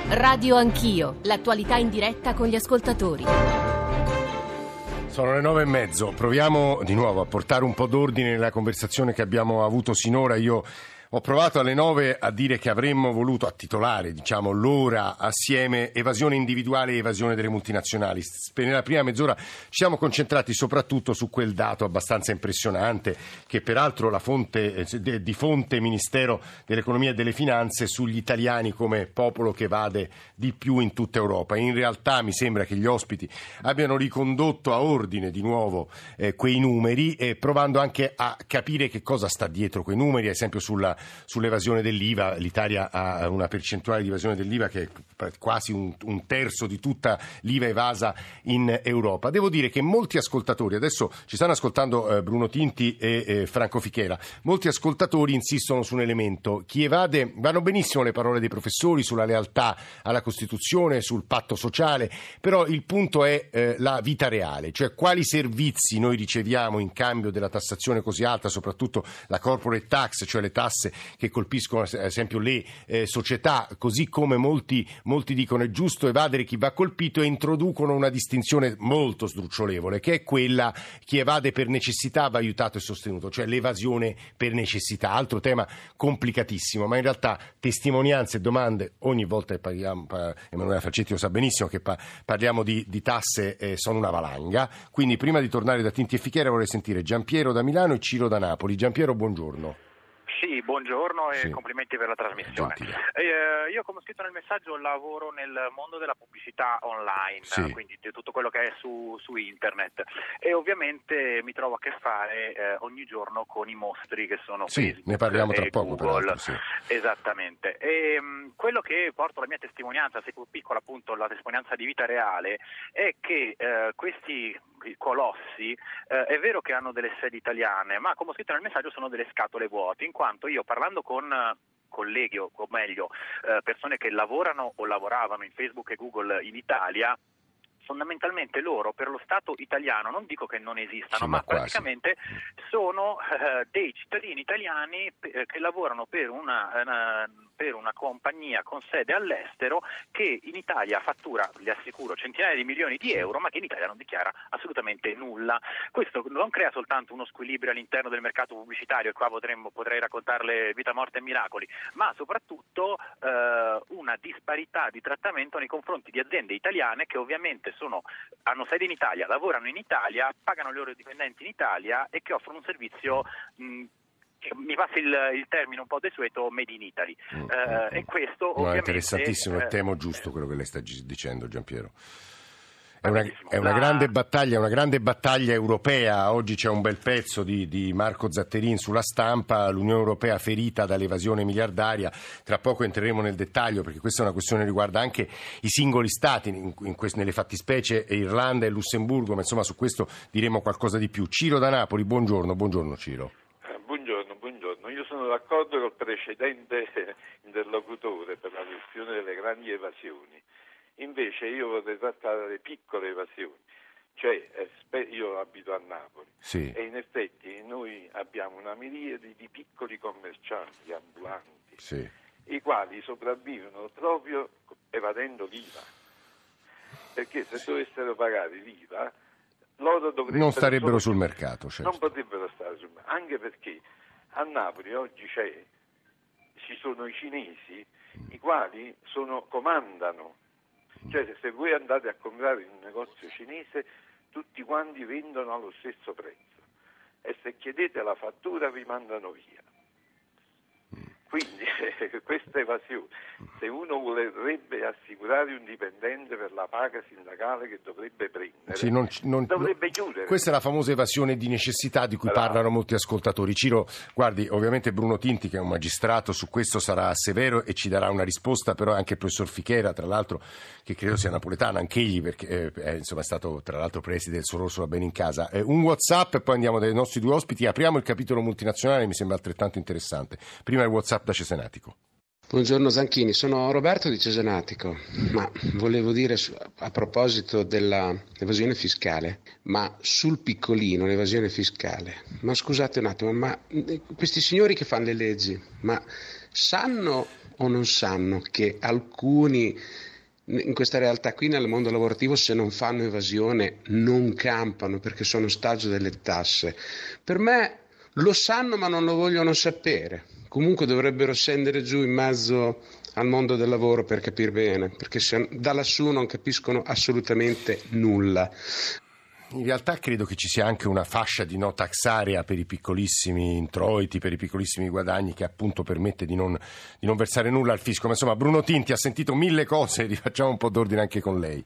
Radio Anch'io, l'attualità in diretta con gli ascoltatori. Sono le 9:30, proviamo di nuovo a portare un po' d'ordine nella conversazione che abbiamo avuto sinora. Io ho provato alle 9 a dire che avremmo voluto, a titolare, l'ora assieme, evasione individuale e evasione delle multinazionali. Nella prima mezz'ora ci siamo concentrati soprattutto su quel dato abbastanza impressionante, che peraltro la fonte di fonte Ministero dell'Economia e delle Finanze, sugli italiani come popolo che evade di più in tutta Europa. In realtà mi sembra che gli ospiti abbiano ricondotto a ordine di nuovo quei numeri, provando anche a capire che cosa sta dietro quei numeri, ad esempio sull'evasione dell'IVA. L'Italia ha una percentuale di evasione dell'IVA che è quasi un terzo di tutta l'IVA evasa in Europa. Devo dire che molti ascoltatori, adesso ci stanno ascoltando Bruno Tinti e Franco Fichera, molti ascoltatori insistono su un elemento: chi evade, vanno benissimo le parole dei professori sulla lealtà alla Costituzione, sul patto sociale, però il punto è la vita reale, cioè quali servizi noi riceviamo in cambio della tassazione così alta, soprattutto la corporate tax, cioè le tasse che colpiscono ad esempio le società, così come molti dicono è giusto evadere chi va colpito, e introducono una distinzione molto sdrucciolevole, che è quella: chi evade per necessità va aiutato e sostenuto, cioè l'evasione per necessità, altro tema complicatissimo, ma in realtà testimonianze e domande ogni volta che parliamo, Emanuela Falcetti lo sa benissimo, che parliamo di tasse, sono una valanga. Quindi prima di tornare da Tinti e Fichera vorrei sentire Giampiero da Milano e Ciro da Napoli. Giampiero, buongiorno. Sì, buongiorno e complimenti per la trasmissione. Io, come ho scritto nel messaggio, lavoro nel mondo della pubblicità online, quindi di tutto quello che è su internet, e ovviamente mi trovo a che fare ogni giorno con i mostri che sono Facebook, ne parliamo tra poco, Google. Esattamente. E quello che porto la mia testimonianza, seppur piccola, appunto la testimonianza di vita reale, è che questi colossi è vero che hanno delle sedi italiane, ma come ho scritto nel messaggio sono delle scatole vuote, in quanto io, parlando con colleghi, o meglio persone che lavorano o lavoravano in Facebook e Google in Italia, fondamentalmente loro per lo Stato italiano, non dico che non esistano, ma praticamente sono dei cittadini italiani che lavorano per una compagnia con sede all'estero, che in Italia fattura, vi assicuro, centinaia di milioni di euro, ma che in Italia non dichiara assolutamente nulla. Questo non crea soltanto uno squilibrio all'interno del mercato pubblicitario, e qua potrei raccontarle vita, morte e miracoli, ma soprattutto una disparità di trattamento nei confronti di aziende italiane che ovviamente hanno sede in Italia, lavorano in Italia, pagano i loro dipendenti in Italia e che offrono un servizio, mi passi il termine un po' desueto, made in Italy. E questo ovviamente... È interessantissimo, è temo giusto quello che lei sta dicendo, Giampiero. È una grande battaglia europea. Oggi c'è un bel pezzo di Marco Zatterin sulla Stampa: l'Unione Europea ferita dall'evasione miliardaria. Tra poco entreremo nel dettaglio, perché questa è una questione che riguarda anche i singoli stati, nelle fattispecie Irlanda e Lussemburgo, ma insomma su questo diremo qualcosa di più. Ciro da Napoli, buongiorno Ciro. Buongiorno. Io sono d'accordo col precedente interlocutore per la questione delle grandi evasioni. Invece io vorrei trattare le piccole evasioni, cioè io abito a Napoli e in effetti noi abbiamo una miriade di piccoli commercianti ambulanti, i quali sopravvivono proprio evadendo l'IVA, perché se dovessero pagare l'IVA loro non starebbero sul mercato, certo. Non potrebbero stare sul mercato, anche perché a Napoli oggi ci sono i cinesi, i quali comandano. Cioè, se voi andate a comprare in un negozio cinese, tutti quanti vendono allo stesso prezzo, e se chiedete la fattura vi mandano via. Quindi questa evasione, se uno vorrebbe assicurare un dipendente per la paga sindacale che dovrebbe prendere, dovrebbe chiudere. Questa è la famosa evasione di necessità di cui parlano molti ascoltatori. Ciro, guardi, ovviamente Bruno Tinti, che è un magistrato, su questo sarà severo e ci darà una risposta, però anche il professor Fichera, tra l'altro, che credo sia napoletano, anche egli, perché è stato tra l'altro preside del Sorroso, va bene in casa. Un WhatsApp e poi andiamo dai nostri due ospiti. Apriamo il capitolo multinazionale, mi sembra altrettanto interessante. Prima il WhatsApp da Cesenatico. Buongiorno Zanchini, sono Roberto di Cesenatico, ma volevo dire a proposito dell'evasione fiscale, ma sul piccolino l'evasione fiscale, ma scusate un attimo, ma questi signori che fanno le leggi, ma sanno o non sanno che alcuni in questa realtà qui nel mondo lavorativo, se non fanno evasione, non campano perché sono ostaggio delle tasse? Per me lo sanno ma non lo vogliono sapere. Comunque dovrebbero scendere giù in mezzo al mondo del lavoro per capire bene, perché da lassù non capiscono assolutamente nulla. In realtà credo che ci sia anche una fascia di no tax area per i piccolissimi introiti, per i piccolissimi guadagni, che appunto permette di non versare nulla al fisco. Ma insomma, Bruno Tinti ha sentito mille cose, rifacciamo un po' d'ordine anche con lei.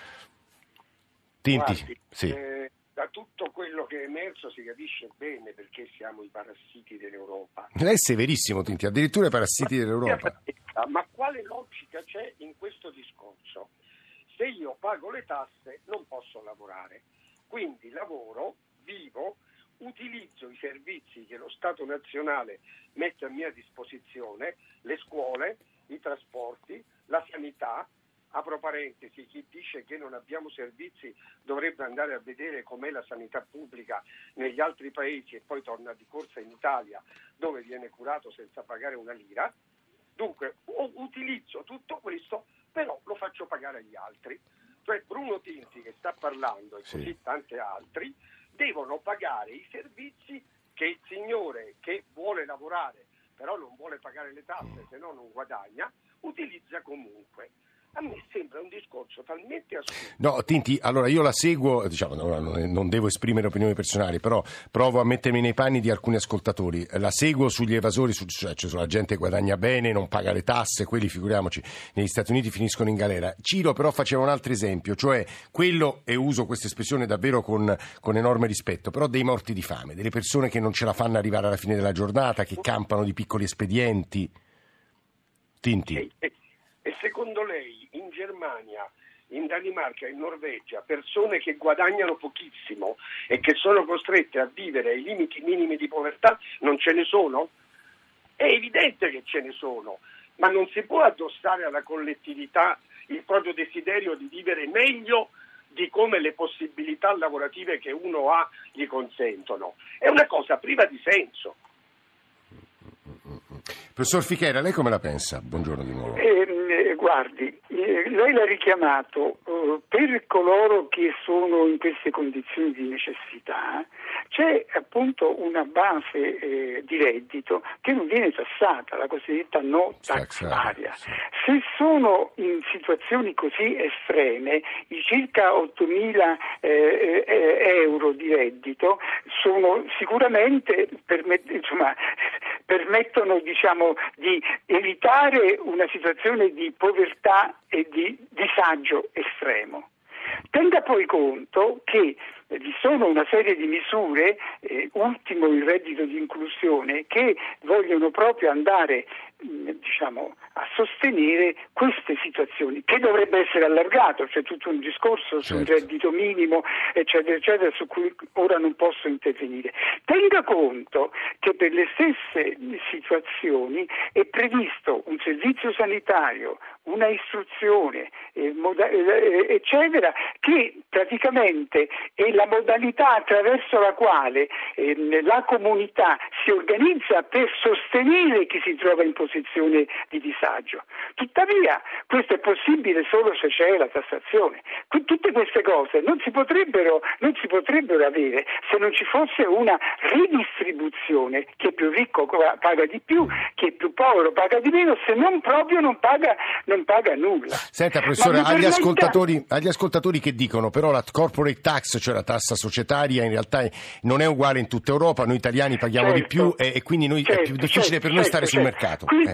Tinti, Guardi, sì. Da tutto quello che è emerso si capisce bene perché siamo i parassiti dell'Europa. Lei è severissimo, Tinti, addirittura i parassiti dell'Europa. Ma quale logica c'è in questo discorso? Se io pago le tasse non posso lavorare. Quindi lavoro, vivo, utilizzo i servizi che lo Stato nazionale mette a mia disposizione, le scuole, i trasporti, la sanità. Apro parentesi, chi dice che non abbiamo servizi dovrebbe andare a vedere com'è la sanità pubblica negli altri paesi e poi torna di corsa in Italia, dove viene curato senza pagare una lira. Dunque utilizzo tutto questo, però lo faccio pagare agli altri. Cioè Bruno Tinti, che sta parlando, e così tanti altri, devono pagare i servizi che il signore che vuole lavorare, però non vuole pagare le tasse, se no non guadagna, utilizza comunque. A me sembra un discorso talmente assurdo. No, Tinti, allora io la seguo, diciamo, non devo esprimere opinioni personali, però provo a mettermi nei panni di alcuni ascoltatori. La seguo sugli evasori, cioè sulla gente che guadagna bene, non paga le tasse, quelli, figuriamoci, negli Stati Uniti finiscono in galera. Ciro però faceva un altro esempio, cioè quello, e uso questa espressione davvero con enorme rispetto, però dei morti di fame, delle persone che non ce la fanno arrivare alla fine della giornata, che campano di piccoli espedienti. Tinti. E secondo lei in Germania, in Danimarca, in Norvegia, persone che guadagnano pochissimo e che sono costrette a vivere ai limiti minimi di povertà non ce ne sono? È evidente che ce ne sono, ma non si può addossare alla collettività il proprio desiderio di vivere meglio di come le possibilità lavorative che uno ha gli consentono. È una cosa priva di senso. Professor Fichera, lei come la pensa? Buongiorno di nuovo. Guardi, lei l'ha richiamato, per coloro che sono in queste condizioni di necessità c'è appunto una base di reddito che non viene tassata, la cosiddetta no tax area. Se sono in situazioni così estreme, i circa 8.000 euro di reddito sono sicuramente permettono di evitare una situazione di povertà e di disagio estremo. Tenga poi conto che vi sono una serie di misure, ultimo il reddito di inclusione, che vogliono proprio andare a sostenere queste situazioni, che dovrebbe essere allargato. C'è tutto un discorso sul reddito minimo, eccetera, eccetera, su cui ora non posso intervenire. Tenga conto che per le stesse situazioni è previsto un servizio sanitario, una istruzione, eccetera, che praticamente è la modalità attraverso la quale la comunità si organizza per sostenere chi si trova in posizione di disagio. Tuttavia, questo è possibile solo se c'è la tassazione. Tutte queste cose non si potrebbero avere se non ci fosse una ridistribuzione. Chi è più ricco paga di più, chi è più povero paga di meno, se non proprio non paga nulla. Senta, professore, agli ascoltatori che dicono però la corporate tax, cioè la tassa societaria, in realtà non è uguale in tutta Europa, noi italiani paghiamo di più e quindi è più difficile per noi stare sul mercato. Qui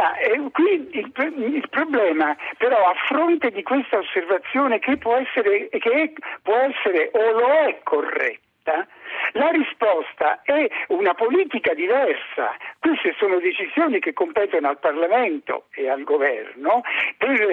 il problema però, a fronte di questa osservazione che può essere o lo è corretta, la risposta è una politica diversa. Queste sono decisioni che competono al Parlamento e al Governo per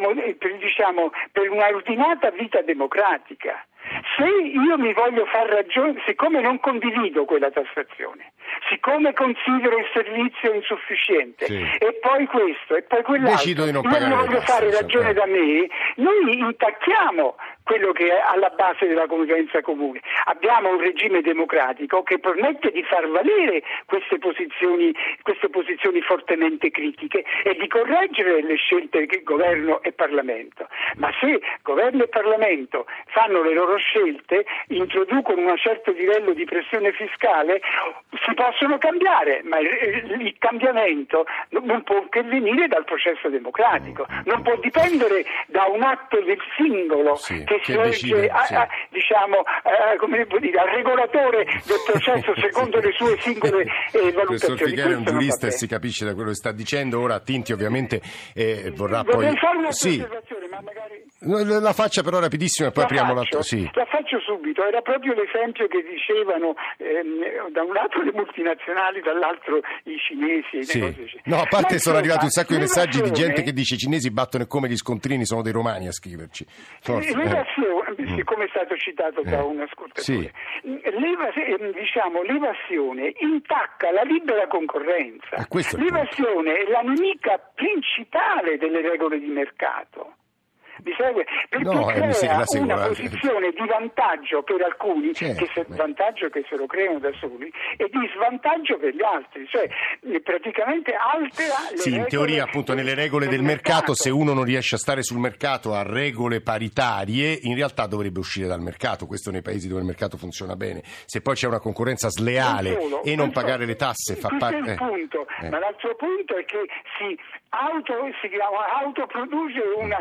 una ordinata vita democratica. Se io mi voglio far ragione, siccome non condivido quella tassazione, siccome considero il servizio insufficiente, e poi questo e poi quell'altro, decido di non io mi voglio fare ragione da me, noi intacchiamo quello che è alla base della convivenza comune. Abbiamo un regime democratico che permette di far valere queste posizioni fortemente critiche e di correggere le scelte che governo e Parlamento. Ma se governo e Parlamento fanno le loro scelte, introducono un certo livello di pressione fiscale, si possono cambiare, ma il cambiamento non può che venire dal processo democratico, non può dipendere da un atto del singolo che si legge al regolatore del processo secondo le sue singole valutazioni. Professor Fichera è un giurista e si capisce da quello che sta dicendo. Ora Tinti ovviamente vorrà Vorrei poi... fare un'osservazione, ma magari... La faccia però rapidissimo e poi apriamo la... La faccio subito, era proprio l'esempio che dicevano da un lato le multinazionali, dall'altro i cinesi e le cose. No, a parte sono arrivati un sacco di messaggi di gente che dice i cinesi battono come gli scontrini, sono dei romani a scriverci. Come è stato citato da un ascoltatore, l'evasione intacca la libera concorrenza. L'evasione è la nemica principale delle regole di mercato. Mi segue? Perché crea una posizione di vantaggio per alcuni, vantaggio che se lo creano da soli, e di svantaggio per gli altri, cioè praticamente altera le regole. In teoria appunto nelle regole del mercato, se uno non riesce a stare sul mercato a regole paritarie, in realtà dovrebbe uscire dal mercato. Questo nei paesi dove il mercato funziona bene. Se poi c'è una concorrenza sleale e non pagare le tasse fa parte... Questo è il punto, ma l'altro punto è che si autoproduce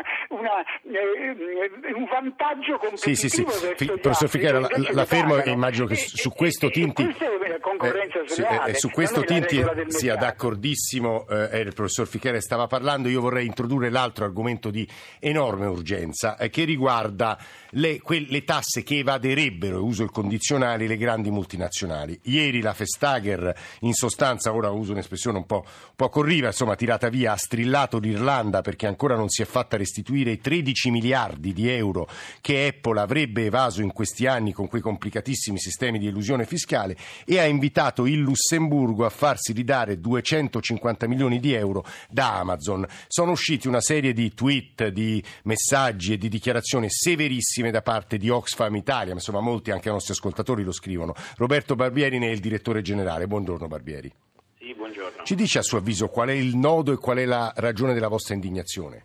un vantaggio competitivo verso gli professor Fichera, la fermo e pagano. immagino che su questo Tinti questa è la concorrenza sleale, su questo Tinti sia mercato. d'accordissimo, il professor Fichera stava parlando. Io vorrei introdurre l'altro argomento di enorme urgenza che riguarda le tasse che evaderebbero, e uso il condizionale, le grandi multinazionali. Ieri la Vestager, in sostanza, ora uso un'espressione un po' corriva, insomma tirata via, ha strillato l'Irlanda perché ancora non si è fatta restituire i 13 miliardi di euro che Apple avrebbe evaso in questi anni con quei complicatissimi sistemi di elusione fiscale, e ha invitato il Lussemburgo a farsi ridare 250 milioni di euro da Amazon. Sono usciti una serie di tweet, di messaggi e di dichiarazioni severissime da parte di Oxfam Italia, ma insomma molti anche i nostri ascoltatori lo scrivono. Roberto Barbieri ne è il direttore generale. Buongiorno Barbieri. Sì, buongiorno. Ci dice a suo avviso qual è il nodo e qual è la ragione della vostra indignazione?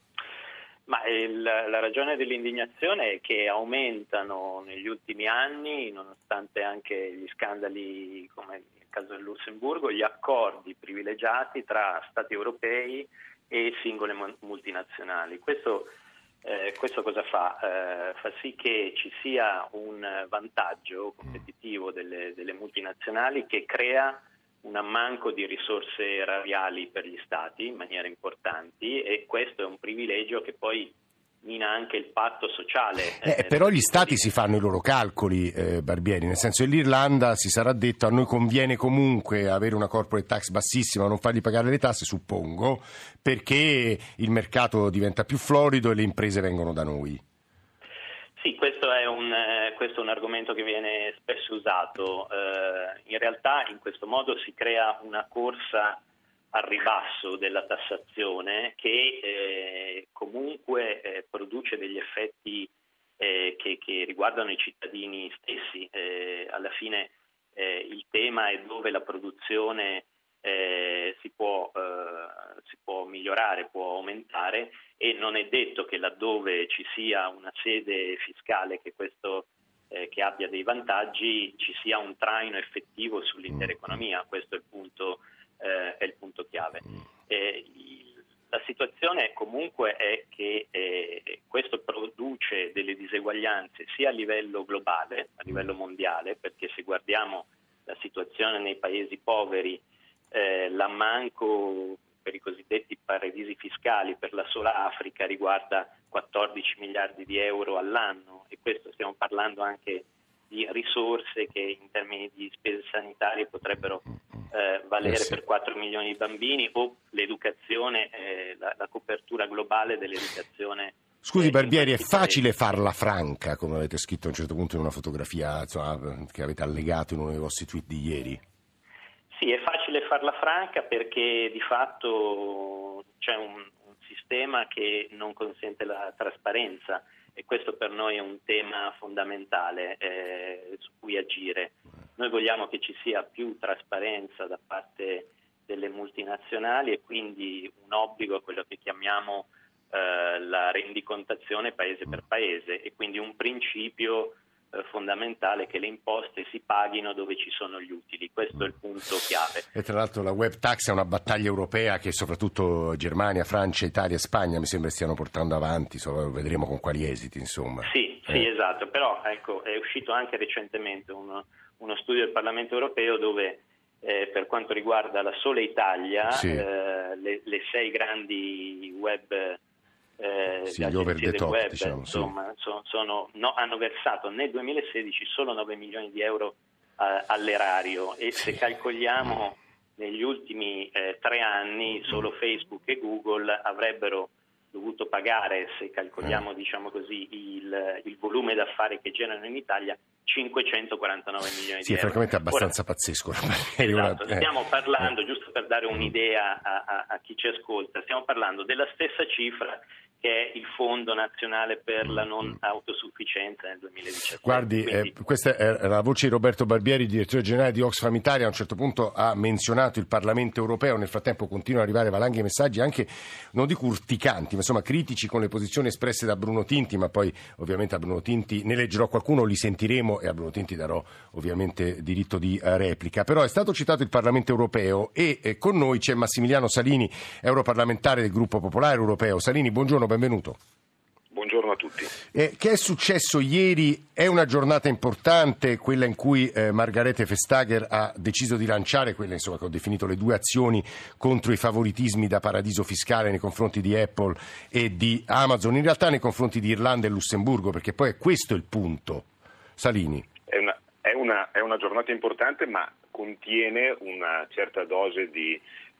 Ma la ragione dell'indignazione è che aumentano negli ultimi anni, nonostante anche gli scandali come nel caso del Lussemburgo, gli accordi privilegiati tra Stati europei e singole multinazionali. Questo cosa fa? Fa sì che ci sia un vantaggio competitivo delle multinazionali che crea un ammanco di risorse erariali per gli stati in maniera importanti, e questo è un privilegio che poi mina anche il patto sociale. Però gli stati si fanno i loro calcoli, Barbieri, nel senso che l'Irlanda si sarà detto: a noi conviene comunque avere una corporate tax bassissima, non fargli pagare le tasse, suppongo, perché il mercato diventa più florido e le imprese vengono da noi. Sì, questo è un argomento che viene spesso usato. In realtà in questo modo si crea una corsa al ribasso della tassazione che comunque produce degli effetti che riguardano i cittadini stessi. Alla fine il tema è dove la produzione si può migliorare, può aumentare, e non è detto che laddove ci sia una sede fiscale che abbia dei vantaggi ci sia un traino effettivo sull'intera economia. Questo è il punto chiave. La situazione comunque è che questo produce delle diseguaglianze sia a livello globale, a livello mondiale, perché se guardiamo la situazione nei paesi poveri, l'ammanco per i cosiddetti paradisi fiscali per la sola Africa riguarda 14 miliardi di euro all'anno, e questo stiamo parlando anche di risorse che in termini di spese sanitarie potrebbero valere per 4 milioni di bambini, o l'educazione, la copertura globale dell'educazione. Scusi Barbieri, è facile farla franca, come avete scritto a un certo punto in una fotografia che avete allegato in uno dei vostri tweet di ieri? Sì, è facile farla franca perché di fatto c'è un sistema che non consente la trasparenza, e questo per noi è un tema fondamentale su cui agire. Noi vogliamo che ci sia più trasparenza da parte delle multinazionali e quindi un obbligo a quello che chiamiamo la rendicontazione paese per paese, e quindi un principio fondamentale che le imposte si paghino dove ci sono gli utili. Questo è il punto chiave. E tra l'altro la web tax è una battaglia europea che soprattutto Germania, Francia, Italia e Spagna mi sembra stiano portando avanti, vedremo con quali esiti, insomma. Sì, esatto, però ecco, è uscito anche recentemente uno studio del Parlamento europeo dove per quanto riguarda la sola Italia, le 6 grandi web gli over the top, web, diciamo, insomma, hanno versato nel 2016 solo 9 milioni di euro all'erario, e se calcoliamo negli ultimi 3 anni solo Facebook e Google avrebbero dovuto pagare, se calcoliamo diciamo così il volume d'affari che generano in Italia, 549 milioni di euro. Sì, è francamente abbastanza pazzesco. Esatto, stiamo parlando, giusto per dare un'idea a chi ci ascolta, stiamo parlando della stessa cifra che è il Fondo Nazionale per la Non Autosufficienza nel 2017. Guardi, questa è la voce di Roberto Barbieri, direttore generale di Oxfam Italia. A un certo punto ha menzionato il Parlamento europeo, nel frattempo continuano ad arrivare valanghe di messaggi anche, non dico urticanti, ma insomma critici con le posizioni espresse da Bruno Tinti, ma poi ovviamente a Bruno Tinti ne leggerò qualcuno, li sentiremo e a Bruno Tinti darò ovviamente diritto di replica. Però è stato citato il Parlamento europeo e con noi c'è Massimiliano Salini, europarlamentare del Gruppo Popolare Europeo. Salini, buongiorno. Benvenuto. Buongiorno a tutti. Che è successo ieri? È una giornata importante, quella in cui Margrethe Vestager ha deciso di lanciare quelle, insomma, che ho definito le 2 azioni contro i favoritismi da paradiso fiscale nei confronti di Apple e di Amazon, in realtà nei confronti di Irlanda e Lussemburgo, perché poi è questo il punto. Salini. È una giornata importante, ma contiene una certa dose di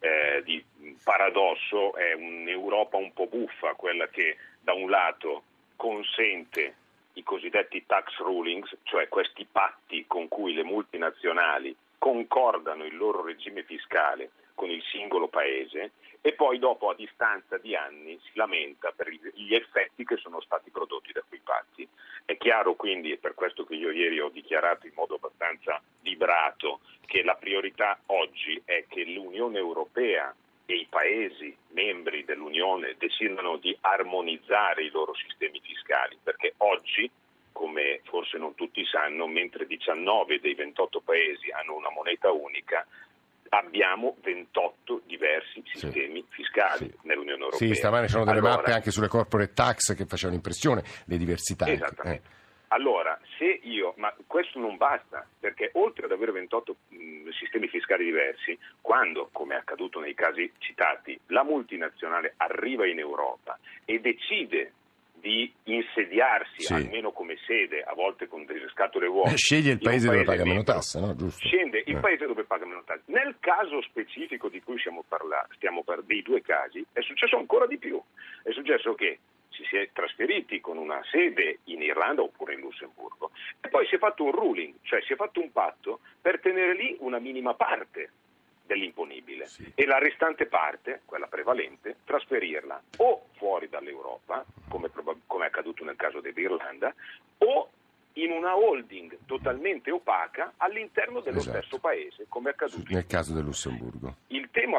paradosso. È un'Europa un po' buffa, quella che da un lato consente i cosiddetti tax rulings, cioè questi patti con cui le multinazionali concordano il loro regime fiscale con il singolo paese, e poi dopo, a distanza di anni, si lamenta per gli effetti che sono stati prodotti da quei patti. È chiaro quindi, e per questo che io ieri ho dichiarato in modo abbastanza vibrato, che la priorità oggi è che l'Unione Europea e i Paesi membri dell'Unione decidano di armonizzare i loro sistemi fiscali, perché oggi, come forse non tutti sanno, mentre 19 dei 28 Paesi hanno una moneta unica, abbiamo 28 diversi sistemi fiscali nell'Unione Europea. Sì, stamane c'erano delle mappe anche sulle corporate tax che facevano impressione, le diversità. Esattamente. Allora, ma questo non basta, perché oltre ad avere 28 sistemi fiscali diversi, quando, come è accaduto nei casi citati, la multinazionale arriva in Europa e decide di insediarsi, almeno come sede, a volte con delle scatole vuote, sceglie il paese dove paga meno tasse, no? Giusto. Scende il paese dove paga meno tasse. Nel caso specifico di cui stiamo parlando, dei 2 casi, è successo ancora di più. È successo che si è trasferiti con una sede in Irlanda oppure in Lussemburgo e poi si è fatto un ruling, cioè si è fatto un patto per tenere lì una minima parte dell'imponibile e la restante parte, quella prevalente, trasferirla o fuori dall'Europa, come è accaduto nel caso dell'Irlanda, o in una holding totalmente opaca all'interno dello stesso paese, come è accaduto nel caso del Lussemburgo. Il tema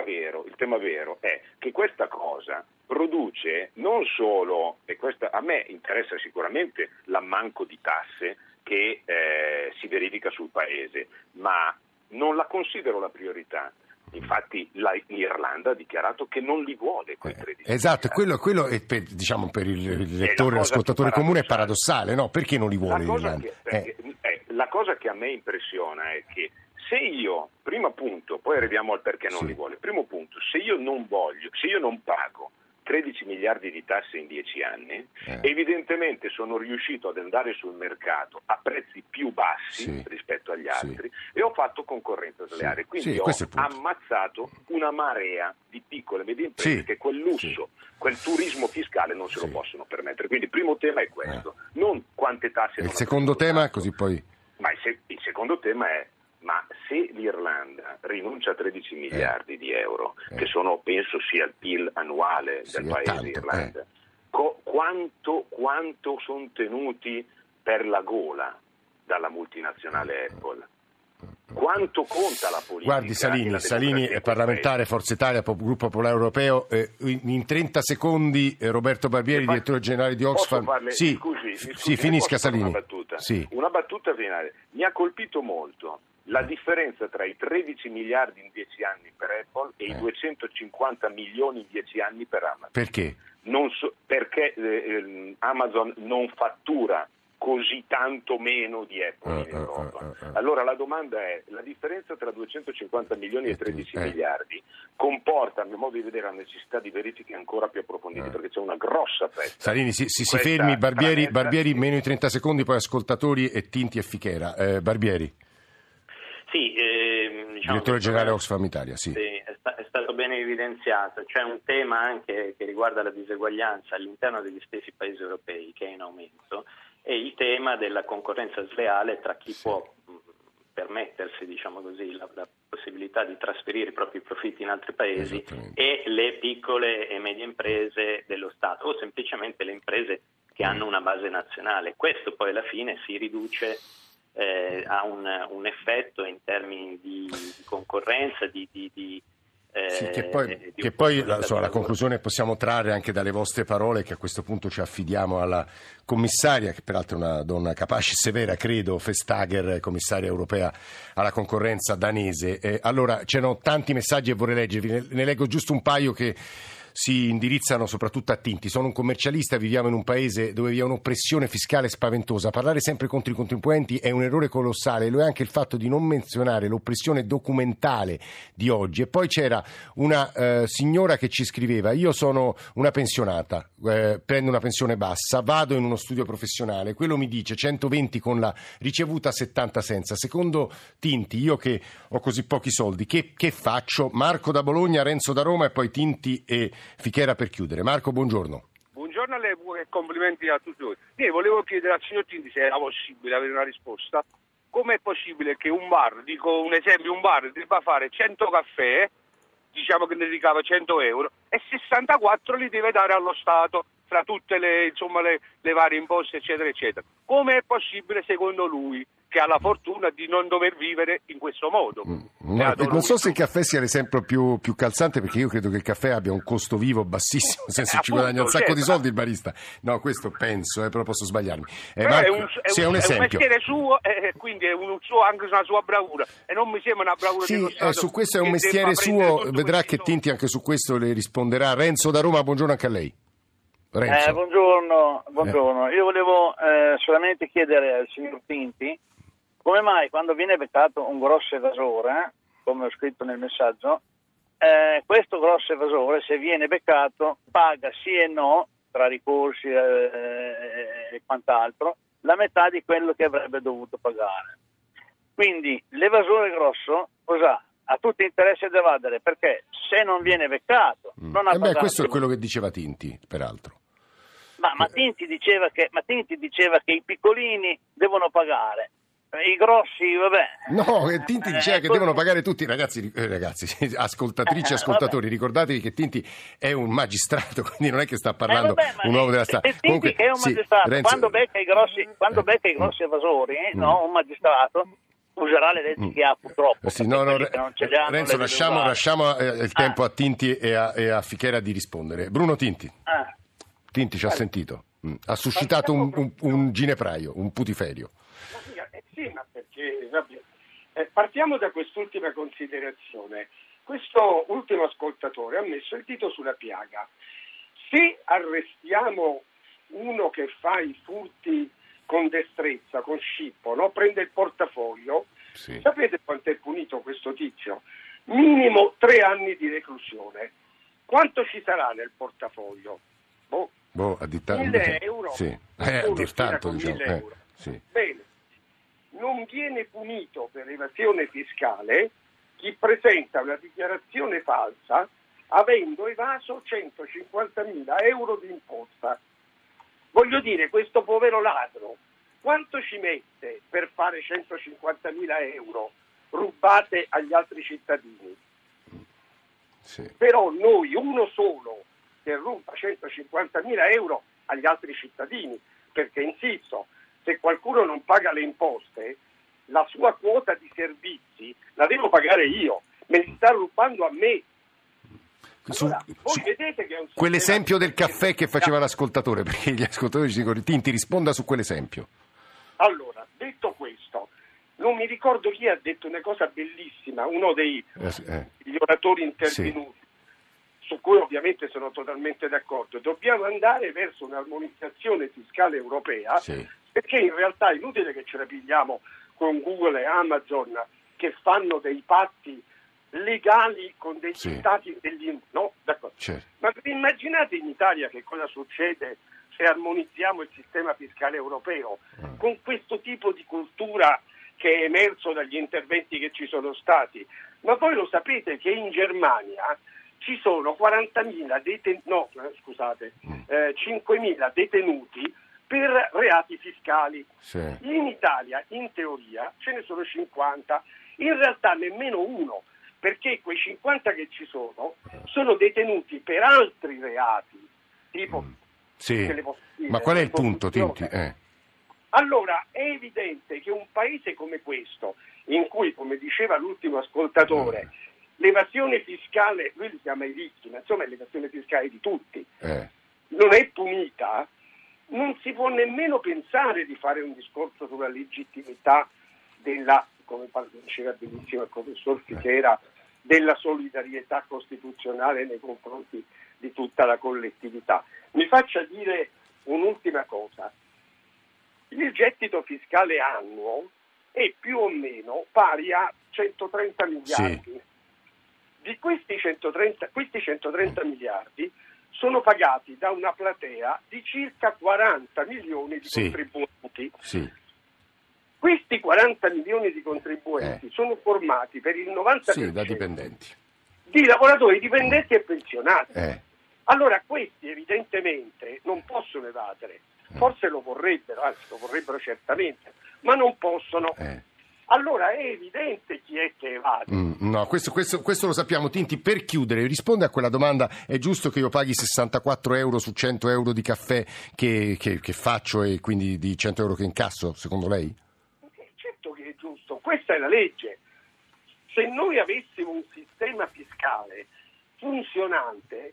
vero è che questa cosa produce non solo, e questa a me interessa sicuramente l'ammanco di tasse che si verifica sul paese, ma non la considero la priorità. Infatti l'Irlanda ha dichiarato che non li vuole quei 13 esatto, quello è per il lettore, l'ascoltatore comune è paradossale, no? Perché non li vuole l'Irlanda? La cosa che a me impressiona è che se io, primo punto, poi arriviamo al perché non li vuole, primo punto, se io non pago 13 miliardi di tasse in 10 anni, evidentemente sono riuscito ad andare sul mercato a prezzi più bassi rispetto agli altri e ho fatto concorrenza sleale, quindi ho ammazzato una marea di piccole e medie imprese che quel lusso, quel turismo fiscale non se lo possono permettere. Quindi il primo tema è questo, non quante tasse. Il secondo tema, così poi... Ma il secondo tema è: ma se l'Irlanda rinuncia a 13 miliardi di euro, che sono, penso sia il PIL annuale del paese Irlanda, quanto sono tenuti per la gola dalla multinazionale Apple. Quanto conta la politica? Guardi Salini è parlamentare, Forza Italia, Gruppo Popolare Europeo. In 30 secondi Roberto Barbieri, direttore generale di Oxfam. Sì, finisca Salini. Una battuta finale. Mi ha colpito molto la differenza tra i 13 miliardi in 10 anni per Apple e i 250 milioni in 10 anni per Amazon. Perché? Perché Amazon non fattura così tanto meno di Apple in Europa. Allora la domanda è: la differenza tra 250 milioni e 13 miliardi comporta, a mio modo di vedere, la necessità di verifiche ancora più approfondite, perché c'è una grossa fetta. Salini, si fermi, Barbieri, meno di 30 secondi, poi ascoltatori e Tinti e Fichera. Barbieri. Sì, direttore generale Oxfam Italia, sì. È stato bene evidenziato. C'è un tema anche che riguarda la diseguaglianza all'interno degli stessi paesi europei, che è in aumento, e il tema della concorrenza sleale tra chi può permettersi, diciamo così, la possibilità di trasferire i propri profitti in altri paesi e le piccole e medie imprese dello Stato, o semplicemente le imprese che hanno una base nazionale. Questo poi alla fine si riduce ha un effetto in termini di concorrenza, che poi la conclusione possiamo trarre anche dalle vostre parole, che a questo punto ci affidiamo alla commissaria, che peraltro è una donna capace e severa, credo, Vestager, commissaria europea alla concorrenza danese. Allora, c'erano tanti messaggi e vorrei leggervi, ne leggo giusto un paio che si indirizzano soprattutto a Tinti. Sono un commercialista, viviamo in un paese dove vi è un'oppressione fiscale spaventosa. Parlare sempre contro i contribuenti è un errore colossale, lo è anche il fatto di non menzionare l'oppressione documentale di oggi. E poi c'era una signora che ci scriveva: io sono una pensionata, prendo una pensione bassa, vado in uno studio professionale, quello mi dice 120 con la ricevuta, 70 senza. Secondo Tinti, io che ho così pochi soldi, che faccio? Marco da Bologna, Renzo da Roma e poi Tinti e Fichera per chiudere. Marco, buongiorno. Buongiorno a lei e complimenti a tutti voi. Io volevo chiedere al signor Tinti se era possibile avere una risposta. Com'è possibile che un bar, dico un esempio, un bar debba fare 100 caffè, diciamo che ne ricava 100 euro, e 64 li deve dare allo Stato, fra tutte le varie imposte, eccetera, eccetera. Come è possibile, secondo lui, che ha la fortuna di non dover vivere in questo modo? Non so se il caffè sia l'esempio più calzante, perché io credo che il caffè abbia un costo vivo bassissimo, nel senso ci guadagna un sacco di soldi il barista. No, questo penso, però posso sbagliarmi. Marco, è un esempio. È un mestiere suo, quindi è anche una sua bravura, e non mi sembra una bravura dello Stato. Su questo è un mestiere suo, vedrà che Tinti anche su questo le risponderà. Renzo da Roma, buongiorno anche a lei. Buongiorno. Io volevo solamente chiedere al signor Tinti come mai quando viene beccato un grosso evasore, come ho scritto nel messaggio, questo grosso evasore, se viene beccato, paga sì e no, tra ricorsi e quant'altro, la metà di quello che avrebbe dovuto pagare. Quindi l'evasore grosso cos'ha? Ha tutto interesse ad evadere, perché se non viene beccato non ha pagato. Questo è quello che diceva Tinti, peraltro. Ma Tinti diceva che i piccolini devono pagare. I grossi, vabbè. No, Tinti diceva che devono pagare tutti. Ragazzi, ascoltatrici e ascoltatori, ricordatevi che Tinti è un magistrato, quindi non è che sta parlando un uomo della strada. Tinti che è un magistrato, Renzo, quando becca i grossi evasori, un magistrato userà le leggi che ha, purtroppo. Renzo, lasciamo il tempo a Tinti e a Fichera di rispondere. Bruno Tinti. Tinti ci ha sentito. Ha suscitato un ginepraio, un putiferio. Sì, ma perché partiamo da quest'ultima considerazione. Questo ultimo ascoltatore ha messo il dito sulla piaga. Se arrestiamo uno che fa i furti con destrezza, con scippo, no? Prende il portafoglio, sapete quanto è punito questo tizio? Minimo 3 anni di reclusione. Quanto ci sarà nel portafoglio? 1.000 euro? Sì, a dir tanto, diciamo. 1.000 euro. Bene. Non viene punito per evasione fiscale chi presenta una dichiarazione falsa avendo evaso 150.000 euro di imposta. Voglio dire, questo povero ladro quanto ci mette per fare 150.000 euro rubate agli altri cittadini? Però noi, uno solo che ruba 150.000 euro, agli altri cittadini, perché insisto, se qualcuno non paga le imposte, la sua quota di servizi la devo pagare io, me li sta rubando a me. Allora, voi vedete che è un quell'esempio del caffè che faceva l'ascoltatore, perché gli ascoltatori ci dicono: Tinti, risponda su quell'esempio. Allora, detto questo, non mi ricordo chi ha detto una cosa bellissima, uno degli oratori intervenuti, su cui ovviamente sono totalmente d'accordo. Dobbiamo andare verso un'armonizzazione fiscale europea, perché in realtà è inutile che ce la pigliamo con Google e Amazon che fanno dei patti legali con degli stati no? D'accordo. Ma immaginate in Italia che cosa succede se armonizziamo il sistema fiscale europeo con questo tipo di cultura che è emerso dagli interventi che ci sono stati. Ma voi lo sapete che in Germania ci sono 5.000 detenuti per reati fiscali. In Italia, in teoria, ce ne sono 50, in realtà nemmeno uno, perché quei 50 che ci sono detenuti per altri reati, tipo... Ma qual è il punto, Tinti? Allora, è evidente che un paese come questo, in cui, come diceva l'ultimo ascoltatore, l'evasione fiscale, lui li chiama i ricchi, ma insomma è l'evasione fiscale di tutti, non è punita, non si può nemmeno pensare di fare un discorso sulla legittimità della, come diceva benissimo il professor Fichera, della solidarietà costituzionale nei confronti di tutta la collettività. Mi faccia dire un'ultima cosa. Il gettito fiscale annuo è più o meno pari a 130 miliardi. Di questi 130 miliardi sono pagati da una platea di circa 40 milioni di contribuenti. Questi 40 milioni di contribuenti sono formati per il 90% da dipendenti, di lavoratori dipendenti e pensionati. Allora questi evidentemente non possono evadere, forse lo vorrebbero, anzi lo vorrebbero certamente, ma non possono. Allora è evidente chi è che evade. No, questo lo sappiamo. Tinti, per chiudere, risponde a quella domanda: è giusto che io paghi 64 euro su 100 euro di caffè che faccio e quindi di 100 euro che incasso, secondo lei? Certo che è giusto, questa è la legge. Se noi avessimo un sistema fiscale funzionante,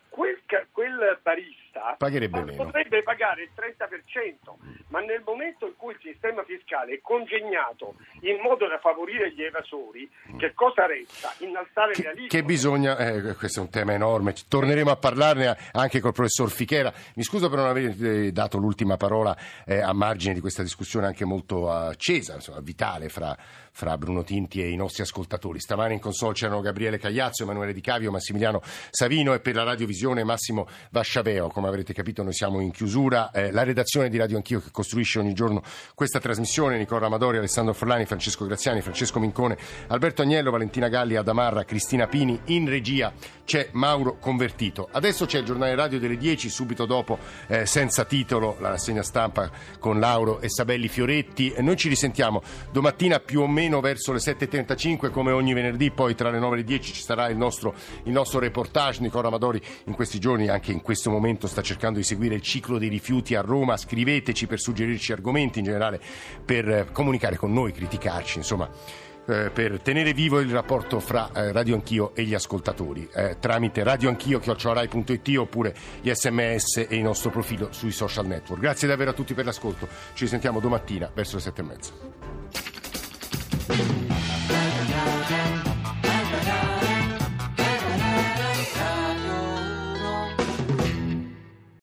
quel barista pagherebbe meno, potrebbe pagare il 30%, ma nel momento in cui il sistema fiscale è congegnato in modo da favorire gli evasori, che cosa resta? Innalzare le aliquote. Che bisogna, questo è un tema enorme, torneremo a parlarne anche col professor Fichera. Mi scuso per non aver dato l'ultima parola a margine di questa discussione anche molto accesa, insomma, vitale fra Bruno Tinti e i nostri ascoltatori. Stamane in console c'erano Gabriele Cagliazzo, Emanuele Di Cavio, Massimiliano Savino e per la radiovisione Massimo Vasciaveo. Come avrete capito noi siamo in chiusura. La redazione di Radio Anch'io che costruisce ogni giorno questa trasmissione: Nicola Amadori, Alessandro Forlani, Francesco Graziani, Francesco Mincone, Alberto Agnello, Valentina Galli, Adamarra, Cristina Pini. In regia c'è Mauro Convertito. Adesso c'è il giornale radio delle 10, subito dopo Senza Titolo, la rassegna stampa con Lauro e Sabelli Fioretti. Noi ci risentiamo domattina più o meno verso le 7.35 come ogni venerdì, poi tra le 9 e le 10 ci sarà il nostro reportage. Nicola Amadori in questi giorni, anche in questo momento, sta cercando di seguire il ciclo dei rifiuti a Roma. Scriveteci per suggerirci argomenti, in generale per comunicare con noi, criticarci, insomma, per tenere vivo il rapporto fra Radio Anch'io e gli ascoltatori, tramite radioanchio@rai.it oppure gli SMS e il nostro profilo sui social network. Grazie davvero a tutti per l'ascolto, ci sentiamo domattina verso le 7:30.